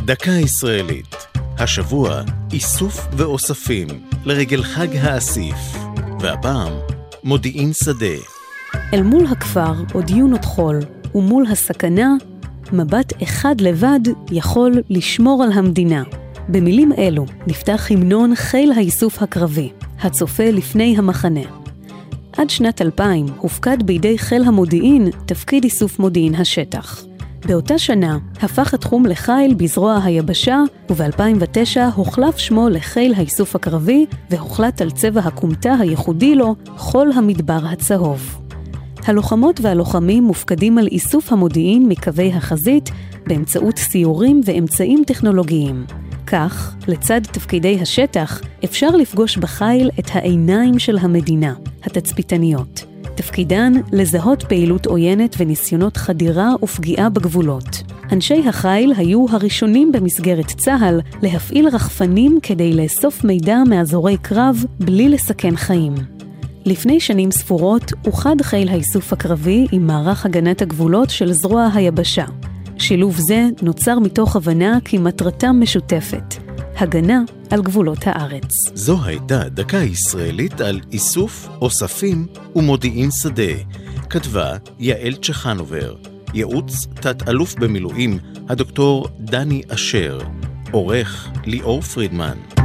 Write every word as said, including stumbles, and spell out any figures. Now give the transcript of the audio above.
דקה ישראלית. השבוע איסוף ואוספים לרגל חג האסיף, והפעם מודיעין שדה. אל מול הכפר עוד יונות חול, ומול הסכנה, מבט אחד לבד יכול לשמור על המדינה. במילים אלו נפתח המנון חיל האיסוף הקרבי, הצופה לפני המחנה. עד שנת אלפיים הופקד בידי חיל המודיעין תפקיד איסוף מודיעין השטח. באותה שנה הפך התחום לחיל בזרוע היבשה, וב-אלפיים ותשע הוחלף שמו לחיל האיסוף הקרבי, והוחלט על צבע הקומתה הייחודי לו, חול המדבר הצהוב. הלוחמות והלוחמים מופקדים על איסוף המודיעין מקווי החזית באמצעות סיורים ואמצעים טכנולוגיים. כך, לצד תפקידי השטח, אפשר לפגוש בחיל את העיניים של המדינה, התצפיתניות. תפקידן לזהות פעילות עוינת וניסיונות חדירה ופגיעה בגבולות. אנשי החיל היו הראשונים במסגרת צה"ל להפעיל רחפנים כדי לאסוף מידע מאזורי קרב בלי לסכן חיים. לפני שנים ספורות אוחד חיל האיסוף הקרבי עם מערך הגנת הגבולות של זרוע היבשה. שילוב זה נוצר מתוך הבנה כי מטרתם משותפת, הגנה על גבולות הארץ. זו הייתה דקה ישראלית על איסוף, אוספים ומודיעין שדה. כתבה יעל צ'חנובר, ייעוץ תת-אלוף במילואים הדוקטור דני אשר, עורך ליאור פרידמן.